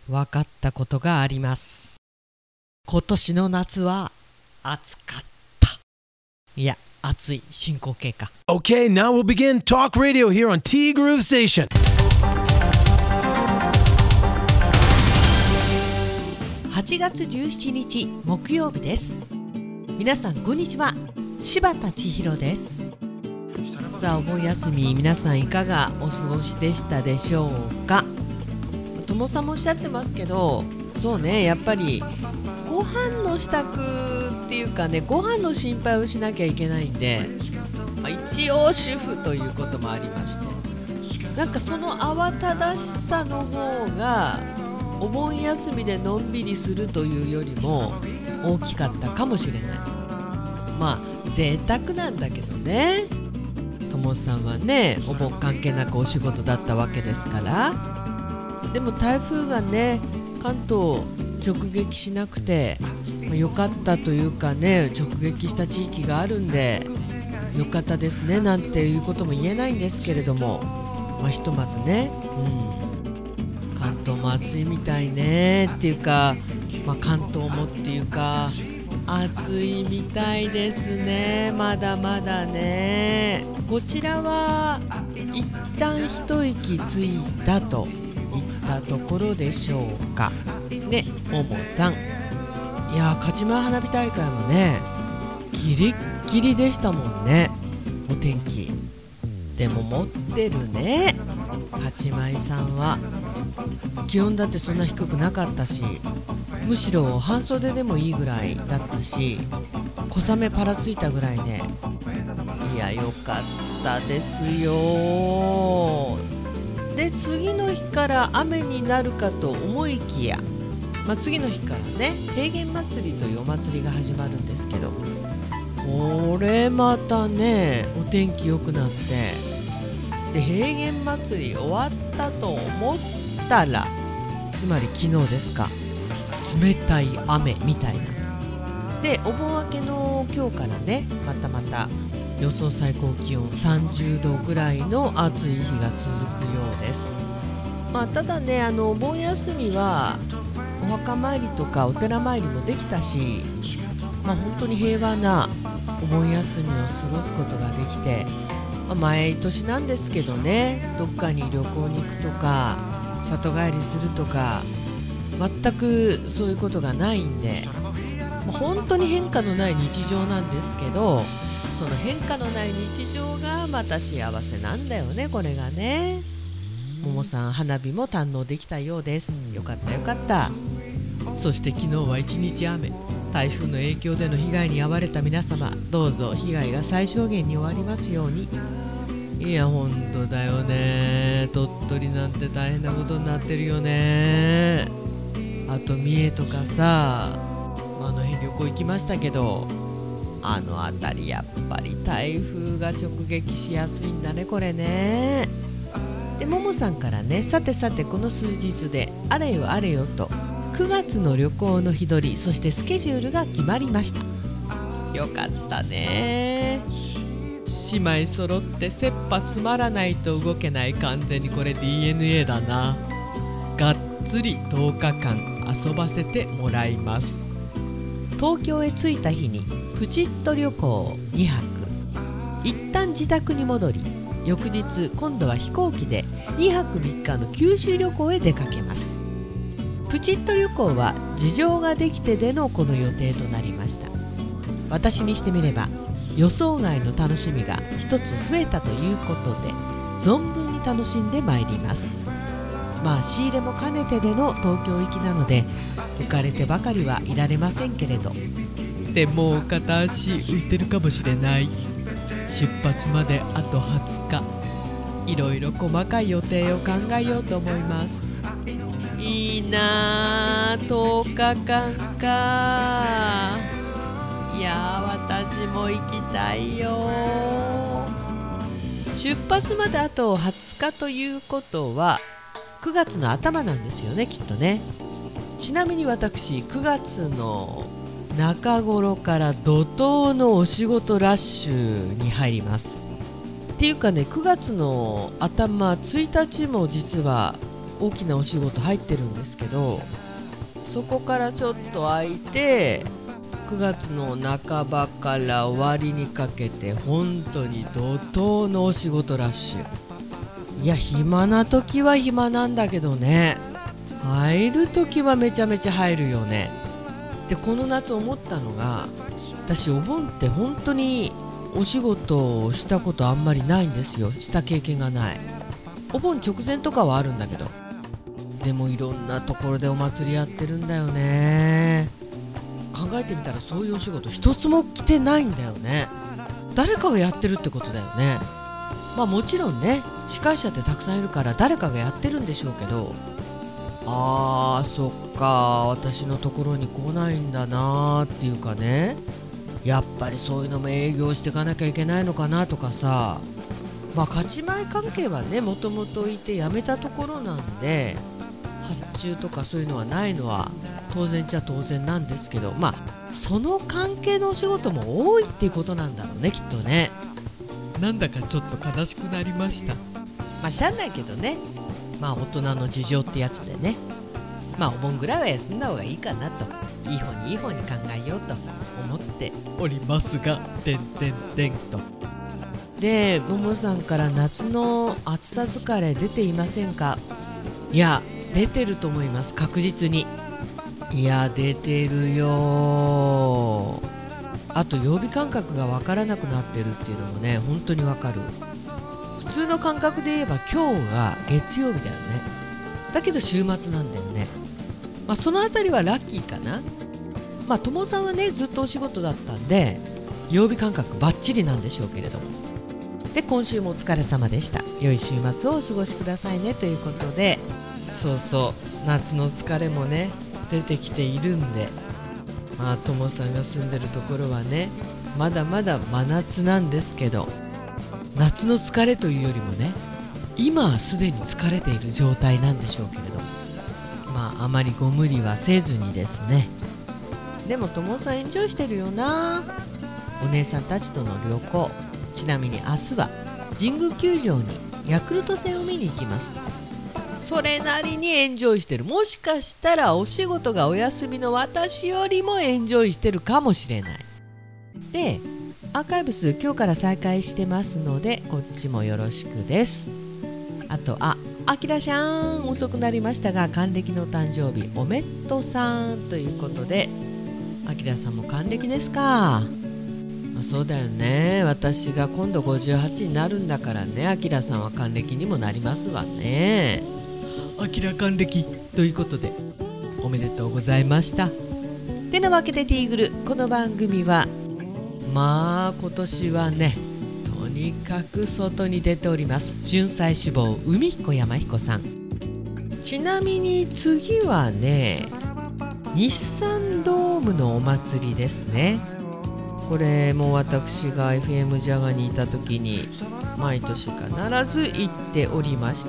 分かったことがあります。今年の夏は暑かった。いや、暑い進行形か。 Okay, now we'll begin Talk Radio here on T Groove Station. 8月17日木曜日です。皆さんこんにちは。柴田千尋です。さあ、お盆休み皆さんいかがお過ごしでしたでしょうか。友さんもおっしゃってますけど、そうね、やっぱりご飯の支度っていうかね、ご飯の心配をしなきゃいけないんで、一応主婦ということもありまして、なんかその慌ただしさの方がお盆休みでのんびりするというよりも大きかったかもしれない。まあ贅沢なんだけどね。友さんはね、お盆関係なくお仕事だったわけですから。でも台風がね、関東直撃しなくて、良かったというかね、直撃した地域があるんで良かったですねなんていうことも言えないんですけれども、ひとまずね、関東も暑いみたいねっていうか、関東もっていうか暑いみたいですね。まだまだね。こちらは一旦一息ついたといったところでしょうかね、ももさん。いや、勝ち前花火大会もね、ギリッギリでしたもんね、お天気。でも持ってるね、八枚さんは。気温だってそんな低くなかったし、むしろ半袖でもいいぐらいだったし、小雨パラついたぐらいね。いや、よかったですよ。で、次の日から雨になるかと思いきや、次の日からね、平原祭りというお祭りが始まるんですけど、これまたね、お天気良くなって、で平原祭り終わったと思ったら、つまり昨日ですか、冷たい雨みたいな。で、お盆明けの今日からね、また予想最高気温30度ぐらいの暑い日が続くようです。ただね、お盆休みはお墓参りとかお寺参りもできたし、本当に平和なお盆休みを過ごすことができて、毎年なんですけどね、どっかに旅行に行くとか里帰りするとか全くそういうことがないんで、本当に変化のない日常なんですけど、その変化のない日常がまた幸せなんだよね、これがね。ももさん、花火も堪能できたようです。よかったよかった。そして昨日は一日雨、台風の影響での被害に遭われた皆様、どうぞ被害が最小限に終わりますように。いや、本当だよね。鳥取なんて大変なことになってるよね。あと三重とかさ、あの辺旅行行きましたけど、あの辺りやっぱり台風が直撃しやすいんだね、これね。で、ももさんからね、さてこの数日であれよあれよと9月の旅行の日取り、そしてスケジュールが決まりました。よかったね。姉妹揃って切羽詰まらないと動けない。完全にこれ DNA だな。がっつり10日間遊ばせてもらいます。東京へ着いた日にプチッと旅行2泊、一旦自宅に戻り、翌日今度は飛行機で2泊3日の九州旅行へ出かけます。プチッと旅行は事情ができてでのこの予定となりました。私にしてみれば予想外の楽しみが一つ増えたということで、存分に楽しんでまいります。仕入れも兼ねてでの東京行きなので、浮かれてばかりはいられませんけれど、でも片足浮いてるかもしれない。出発まであと20日、いろいろ細かい予定を考えようと思います。いいなあ、10日間か。いや私も行きたいよ。出発まであと20日ということは9月の頭なんですよね、きっとね。ちなみに私9月の中頃から怒涛のお仕事ラッシュに入ります。っていうかね、9月の頭1日も実は大きなお仕事入ってるんですけど、そこからちょっと空いて9月の半ばから終わりにかけて本当に怒涛のお仕事ラッシュ。いや、暇な時は暇なんだけどね、入る時はめちゃめちゃ入るよね。でこの夏思ったのが、私お盆って本当にお仕事をしたことあんまりないんですよ。した経験がない。お盆直前とかはあるんだけど、でもいろんなところでお祭りやってるんだよね。考えてみたらそういうお仕事一つも来てないんだよね。誰かがやってるってことだよね。まあもちろんね、司会者ってたくさんいるから誰かがやってるんでしょうけど、そっか、私のところに来ないんだなっていうかね、やっぱりそういうのも営業していかなきゃいけないのかなとかさ。まあ勝ち前関係はね、もともといて辞めたところなんで、発注とかそういうのはないのは当然っちゃ当然なんですけど、まあその関係のお仕事も多いっていうことなんだろうね、きっとね。なんだかちょっと悲しくなりました。まあしゃあないけどね、まあ大人の事情ってやつでね、まあお盆ぐらいは休んだ方がいいかなと、いい方に考えようと思っておりますが、と。で、ももさんから夏の暑さ疲れ出ていませんか？いや、出てると思います、確実に。いや、出てるよ。あと曜日感覚が分からなくなってるっていうのもね、本当に分かる。普通の感覚で言えば今日が月曜日だよね。だけど週末なんだよね。まあそのあたりはラッキーかな。まあ友さんはね、ずっとお仕事だったんで曜日感覚バッチリなんでしょうけれども。で今週もお疲れ様でした。良い週末をお過ごしくださいねということで、そうそう、夏の疲れもね出てきているんで、まあ友さんが住んでるところはね、まだまだ真夏なんですけど、夏の疲れというよりもね、今はすでに疲れている状態なんでしょうけれども、まああまりご無理はせずにですね。でも友さんエンジョイしてるよな。お姉さんたちとの旅行、ちなみに明日は神宮球場にヤクルト戦を見に行きます。それなりにエンジョイしてる。もしかしたらお仕事がお休みの私よりもエンジョイしてるかもしれない。でアーカイブス今日から再開してますので、こっちもよろしくです。あとあきらちゃん、遅くなりましたが還暦の誕生日おめっとさんということで、あきらさんも還暦ですか。そうだよね、私が今度58になるんだからね、あきらさんは還暦にもなりますわね。あきら還暦ということでおめでとうございました。てなわけでティーグル、この番組はまあ今年はね、とにかく外に出ております。春菜志望海彦山彦さん。ちなみに次はね、日産ドームのお祭りですね。これも私が FM ジャガにいた時に毎年必ず行っておりました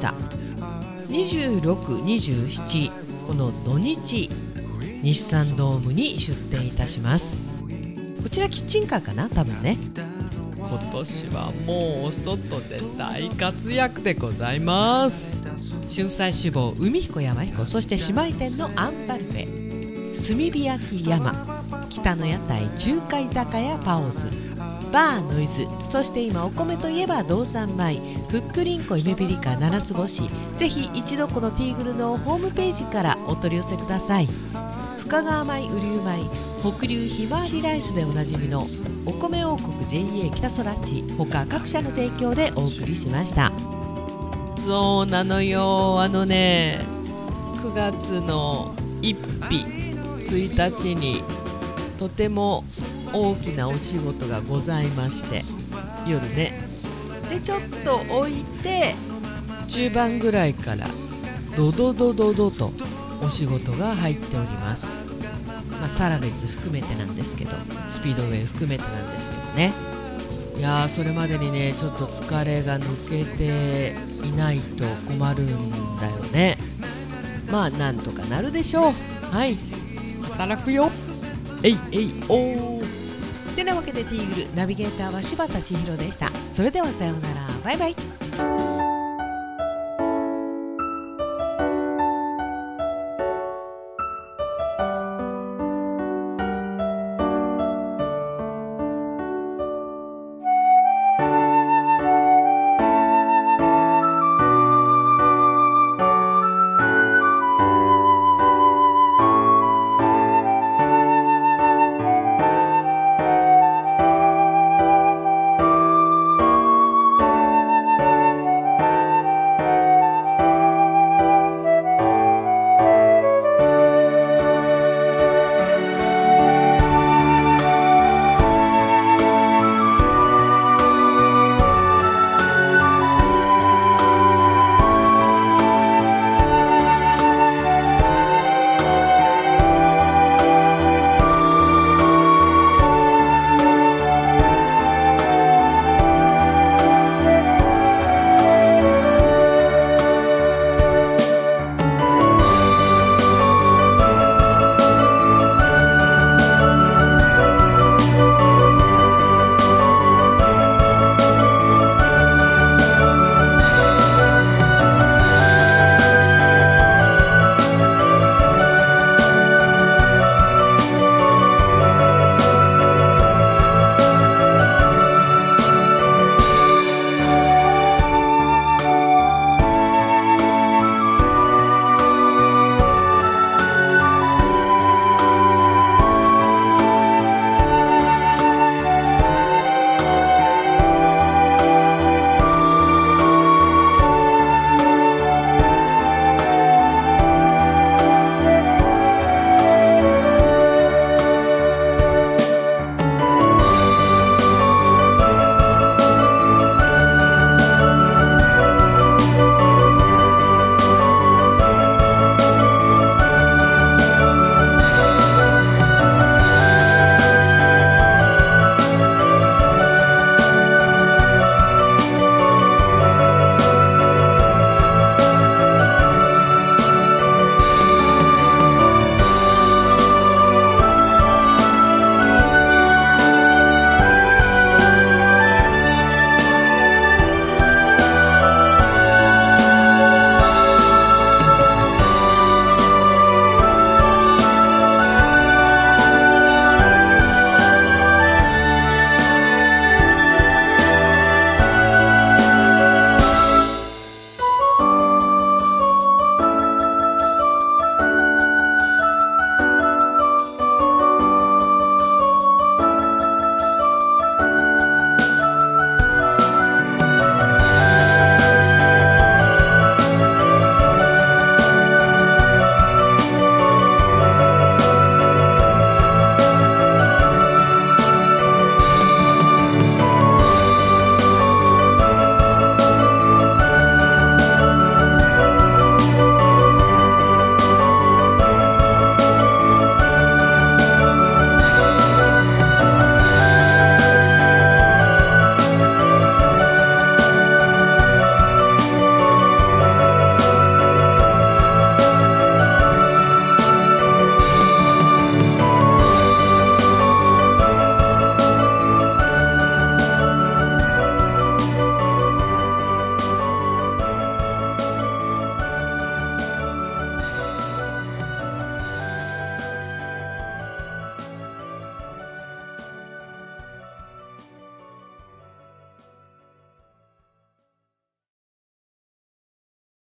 。26、27この土日、日産ドームに出店いたします。こちらキッチンカーかな、多分ね。今年はもうお外で大活躍でございます。春菜志望海彦山彦、そして姉妹店のアンパルフェ、炭火焼き山、北の屋台中華居酒屋パオズ、バーノイズ、そして今お米といえば道産米、ふっくりんこイメピリカ七つ星。ぜひ一度このティーグルのホームページからお取り寄せください。深川米、雨竜米、北流ひまわりライスでおなじみのお米王国 JA 北そらち他各社の提供でお送りしました。そうなのよ、9月の1日1日にとても大きなお仕事がございまして、夜ね、でちょっと置いて中盤ぐらいからドドドドドとお仕事が入っております。サラベツ含めてなんですけど、スピードウェイ含めてなんですけどね。いやー、それまでにね、ちょっと疲れが抜けていないと困るんだよね。まあなんとかなるでしょう。はい、働くよ。えいえいおー。てなわけでティーグルナビゲーターは柴田千尋でした。それではさようなら、バイバイ。